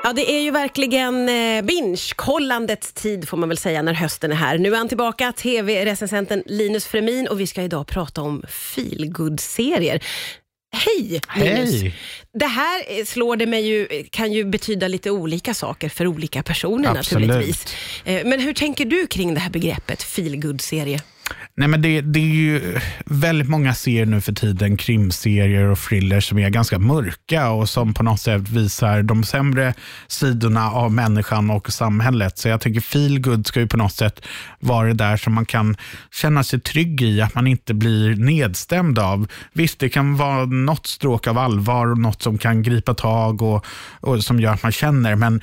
Ja, det är ju verkligen binge-kollandets tid får man väl säga när hösten är här. Nu är han tillbaka, tv-recensenten Linus Fremin, och vi ska idag prata om feelgood-serier. Hej Linus! Hej. Det här slår det mig ju, kan ju betyda lite olika saker för olika personer. Absolut. Naturligtvis. Men hur tänker du kring det här begreppet feelgood-serie? Nej, men det är ju väldigt många serier nu för tiden, krimserier och thrillers som är ganska mörka och som på något sätt visar de sämre sidorna av människan och samhället. Så jag tänker feelgood ska ju på något sätt vara det där som man kan känna sig trygg i, att man inte blir nedstämd av. Visst, det kan vara något stråk av allvar och något som kan gripa tag och som gör att man känner, men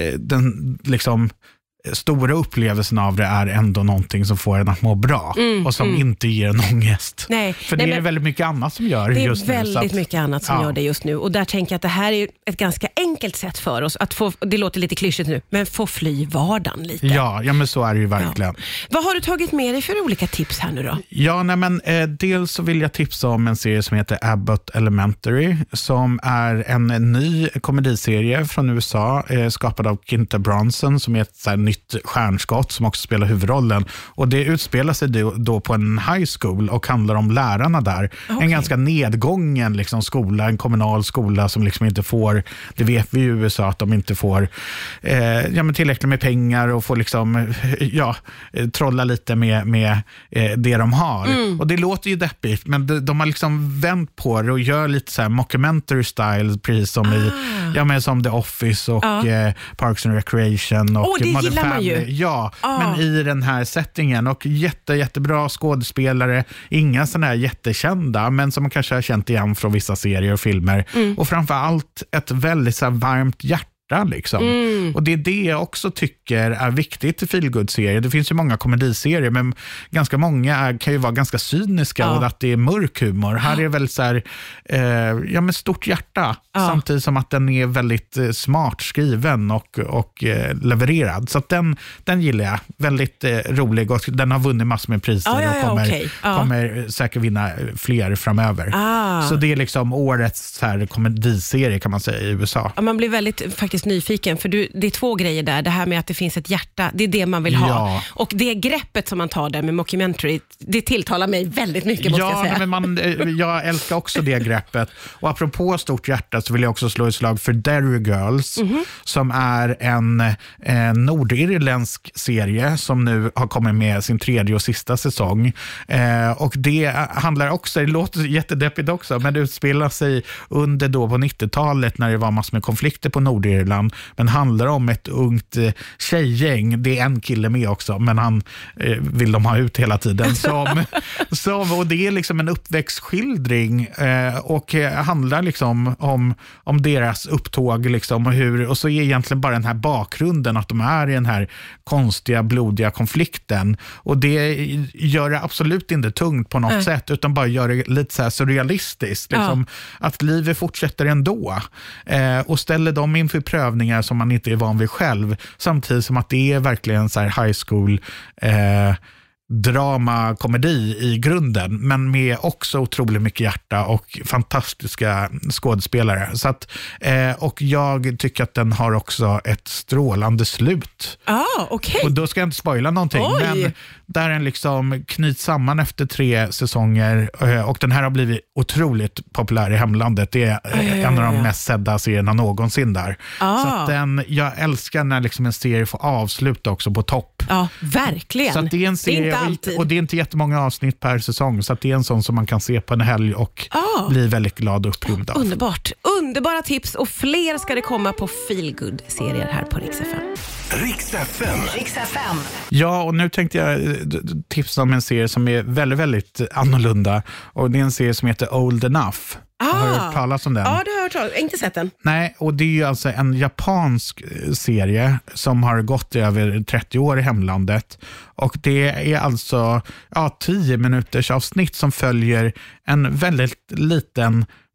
den liksom stora upplevelsen av det är ändå någonting som får en att må bra och som inte ger en ångest. Nej, för det är väldigt mycket annat som gör det just nu. Det är väldigt mycket annat som gör det just nu. Och där tänker jag att det här är ett ganska enkelt sätt för oss att få, det låter lite klyschigt nu, men få fly vardagen lite. Ja, men så är det ju verkligen. Ja. Vad har du tagit med dig för olika tips här nu då? Ja, dels så vill jag tipsa om en serie som heter Abbott Elementary, som är en ny komediserie från USA, skapad av Quinta Brunson, som är ett så här nytt stjärnskott som också spelar huvudrollen. Och det utspelar sig då på en high school och handlar om lärarna där. Okay. En ganska nedgången liksom skola, en kommunal skola som liksom inte får, det vet vi i USA att de inte får tillräckligt med pengar och får liksom trolla lite med det de har. Och det låter ju deppigt, men de har liksom vänt på det och gör lite så här mockumentary style, precis som som The Office och Parks and Recreation och Modern Family. Ja, men i den här settingen, och jättebra skådespelare, inga sådana här jättekända, men som man kanske har känt igen från vissa serier och filmer. Och framförallt ett väldigt så här varmt hjärta liksom. Och det är det jag också tycker är viktigt i feelgood-serier. Det finns ju många komediserier, men ganska många kan ju vara ganska cyniska och att det är mörk humor. Här är det väl så här med stort hjärta, samtidigt som att den är väldigt smart skriven och levererad. Så att den gillar jag. Väldigt rolig, och den har vunnit massor med priser och kommer säkert vinna fler framöver. Så det är liksom årets så här komediserie, kan man säga, i USA. Ja, man blir väldigt faktiskt nyfiken, för det är två grejer där. Det här med att det finns ett hjärta, det är det man vill ha. Och det greppet som man tar där med mockumentary, det tilltalar mig väldigt mycket, måste jag säga. Men jag älskar också det greppet. Och apropå stort hjärta så vill jag också slå ett slag för Derry Girls, som är en nordirländsk serie som nu har kommit med sin 3:e och sista säsong. Och det handlar också, det låter jättedeppigt också, men det utspelar sig under då på 90-talet när det var massor med konflikter på Nordirland, men handlar om ett ungt tjejgäng. Det är en kille med också, men han vill de ha ut hela tiden. Och det är liksom en uppväxtskildring och handlar liksom om deras upptåg liksom, och så är egentligen bara den här bakgrunden att de är i den här konstiga, blodiga konflikten, och det gör det absolut inte tungt på något sätt, utan bara gör det lite så här surrealistiskt liksom, att livet fortsätter ändå och ställer dem inför prövningar som man inte är van vid själv, samtidigt som att det är verkligen så här high school drama, komedi i grunden, men med också otroligt mycket hjärta och fantastiska skådespelare. Så att, och jag tycker att den har också ett strålande slut. Okay. Och då ska jag inte spoila någonting, men där den liksom knyts samman efter 3 säsonger, och den här har blivit otroligt populär i hemlandet. Det är en av de mest sedda serierna någonsin där. Så att jag älskar när liksom en serie får avsluta också på topp. Ja, verkligen. Så att det är en serie, och det är inte jättemånga avsnitt per säsong, så att det är en sån som man kan se på en helg och bli väldigt glad och upprymd av. Underbart. Underbara tips, och fler ska det komma på feelgood-serier här på Rix FM. Rix FM. Ja, och nu tänkte jag tipsa om en serie som är väldigt, väldigt annorlunda, och det är en serie som heter Old Enough. Har du hört talas om den? Ja, det har jag hört talas om. Inte sett den. Nej, och det är ju alltså en japansk serie som har gått i över 30 år i hemlandet. Och det är alltså 10 minuters avsnitt som följer en väldigt liten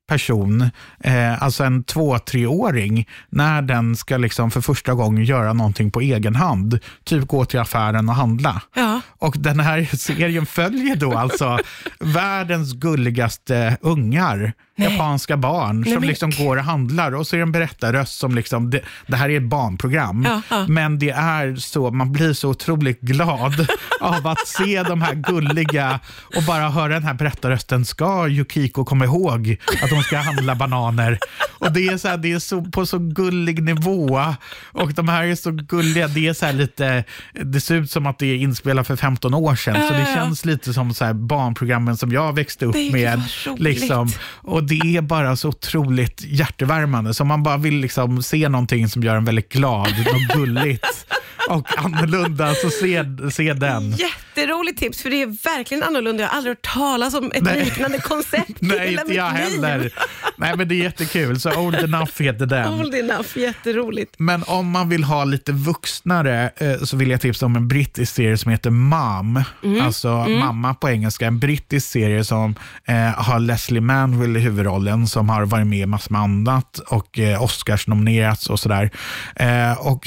person, alltså en 2-3-åring, när den ska liksom för första gången göra någonting på egen hand, typ gå till affären och handla. Ja. Och den här serien följer då alltså världens gulligaste ungar, japanska barn som liksom går och handlar, och så är det en berättarröst som liksom, det här är ett barnprogram, men det är så, man blir så otroligt glad av att se de här gulliga och bara höra den här berättarrösten. Ska Yukiko komma ihåg att de ska handla bananer? Och det är så här, det är så på så gullig nivå, och de här är så gulliga, det är så här lite, det ser ut som att det är inspelat för 15 år sedan, så det känns lite som så här barnprogrammen som jag växte upp med liksom, och det är bara så otroligt hjärtevärmande, så man bara vill liksom se någonting som gör en väldigt glad och gulligt och annorlunda, så se den. Jätteroligt tips, för det är verkligen annorlunda. Jag har aldrig hört talas om ett liknande koncept. Nej, inte jag heller. Nej, men det är jättekul. Så Old Enough heter den. Old Enough, jätteroligt. Men om man vill ha lite vuxnare så vill jag tipsa om en brittisk serie som heter Mom. Alltså mamma på engelska. En brittisk serie som har Leslie Manville i huvudrollen, som har varit med i massor med annat och Oscars nominerats och sådär. Och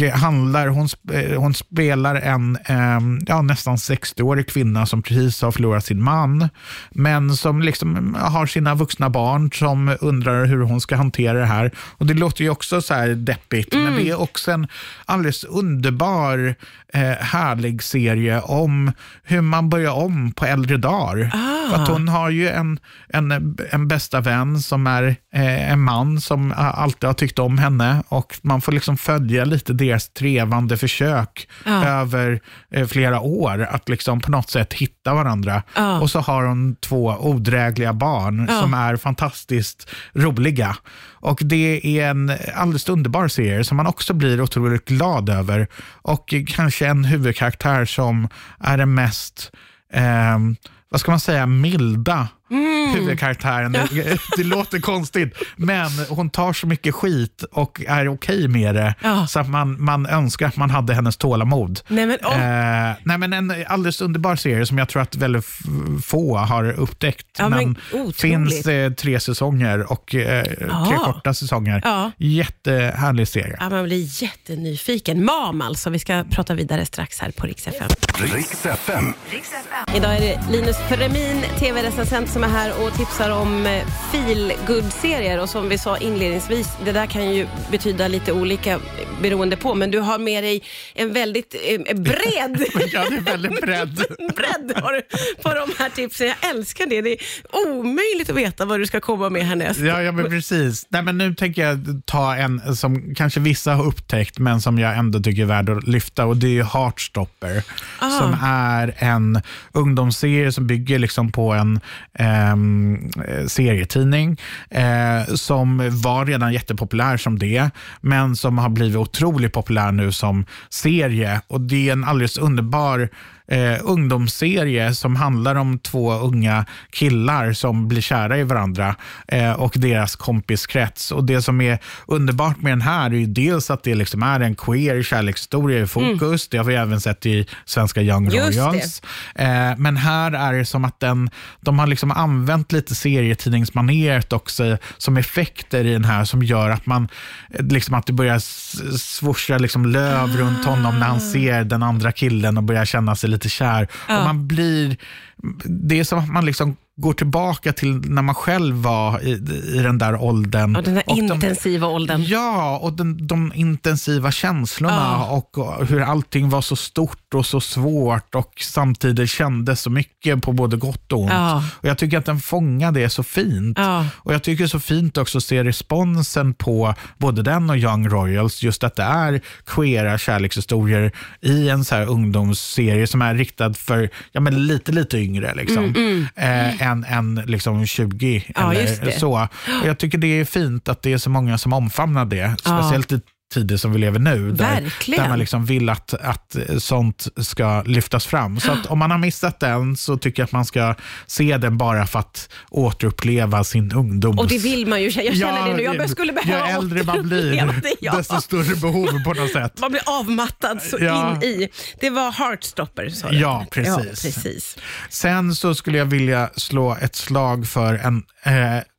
hon spelar en nästan 60-årig kvinna som precis har förlorat sin man, men som liksom har sina vuxna barn som undrar hur hon ska hantera det här. Och det låter ju också så här deppigt, men det är också en alldeles underbar härlig serie om hur man börjar om på äldre dagar. För att hon har ju en bästa vän som är en man som alltid har tyckt om henne, och man får liksom följa lite deras trevande försök över flera år att liksom på något sätt hitta varandra. Och så har hon 2 odrägliga barn som är fantastiskt roliga. Och det är en alldeles underbar serie som man också blir otroligt glad över. Och kanske en huvudkaraktär som är den mest, vad ska man säga, milda huvudkaraktären. Det låter konstigt, men hon tar så mycket skit och är okej med det, så att man önskar att man hade hennes tålamod. Nej men en alldeles underbar serie som jag tror att väldigt få har upptäckt. Men finns 3 säsonger och 3 korta säsonger. Jättehärlig serie. Ja, man blir jättenyfiken. Mom alltså, vi ska prata vidare strax här på Rix FM. Rix FM. Idag är det Linus Fremin, tv-recensent, som är här och tipsar om feel-good-serier. Och som vi sa inledningsvis, det där kan ju betyda lite olika beroende på, men du har med dig en väldigt bred ja, det är väldigt bredd har du på de här tipsen. Jag älskar det. Det är omöjligt att veta vad du ska komma med härnäst. Ja, men precis. Nej, men nu tänker jag ta en som kanske vissa har upptäckt, men som jag ändå tycker är värd att lyfta, och det är Heartstopper, som är en ungdomsserie som bygger liksom på en serietidning som var redan jättepopulär som det, men som har blivit otroligt populär nu som serie. Och det är en alldeles underbar ungdomsserie som handlar om 2 unga killar som blir kära i varandra och deras kompiskrets. Och det som är underbart med den här är ju dels att det liksom är en queer kärlekshistoria i fokus. Det har vi även sett i svenska Young Royals. Men här är det som att de har liksom använt lite serietidningsmaneret också som effekter i den här, som gör att man liksom att det börjar svoscha liksom löv runt honom när han ser den andra killen och börjar känna sig lite kär. Och man blir, det är som att man liksom går tillbaka till när man själv var i den där åldern. Och den där intensiva åldern. Ja, och de intensiva känslorna och hur allting var så stort och så svårt och samtidigt kändes så mycket på både gott och ont. Och jag tycker att den fångar det så fint. Och jag tycker det är så fint också att se responsen på både den och Young Royals, just att det är queera kärlekshistorier i en så här ungdomsserie som är riktad för lite yngre liksom. Än liksom 20 eller så. Och jag tycker det är fint att det är så många som omfamnar det, speciellt i tider som vi lever nu, där man liksom vill att sånt ska lyftas fram. Så att om man har missat den, så tycker jag att man ska se den bara för att återuppleva sin ungdom. Och det vill man ju, jag känner det nu. Jag skulle behöva ju äldre man blir, desto större behov på något sätt. Man blir avmattad så in i. Det var Heartstopper, sa du. Ja, precis. Sen så skulle jag vilja slå ett slag för en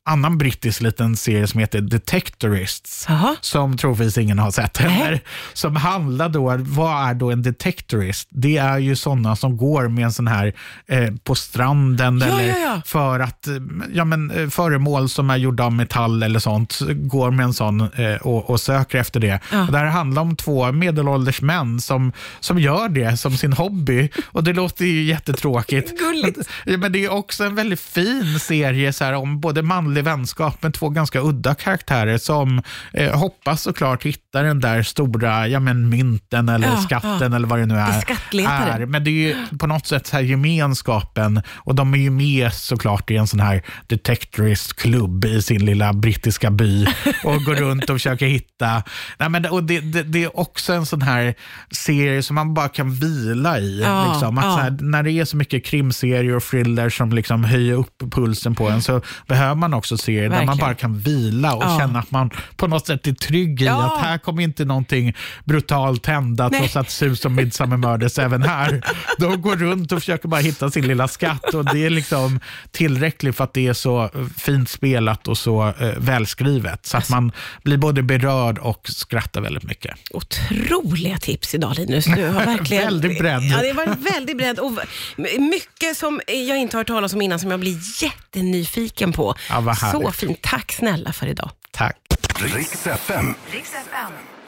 annan brittisk liten serie som heter Detectorists. Aha. Som troligtvis ingen har sett heller. Som handlar då, vad är då en detectorist? Det är ju sådana som går med en sån här på stranden eller för att föremål som är gjorda av metall eller sånt går med en sån och söker efter det. Och det här handlar om 2 medelålders män som gör det som sin hobby, och det låter ju jättetråkigt. Gulligt. Men det är också en väldigt fin serie så här, om både manlig vänskap med 2 ganska udda karaktärer som hoppas såklart hitta den där stora mynten eller skatten eller vad det nu är. Men det är ju på något sätt så här gemenskapen, och de är ju med såklart i en sån här detectorist-klubb i sin lilla brittiska by och går runt och försöker hitta. Och det är också en sån här serie som man bara kan vila i. Liksom. Att så här, när det är så mycket krimserier och thriller som liksom höjer upp pulsen på en, så behöver man också serier där man bara kan vila och känna att man på något sätt är trygg i att här kommer inte någonting brutalt hända trots att sus som Midsommar Murders även här. De går runt och försöker bara hitta sin lilla skatt, och det är liksom tillräckligt för att det är så fint spelat och så välskrivet så att man blir både berörd och skrattar väldigt mycket. Otroliga tips idag, Linus. Du har verkligen väldigt bredd. Ja, det var väldigt bredd och mycket som jag inte har hört talas om innan som jag blir jättenyfiken på. Ja, så fint. Tack snälla för idag. Tack. Riks FM. Riks FM.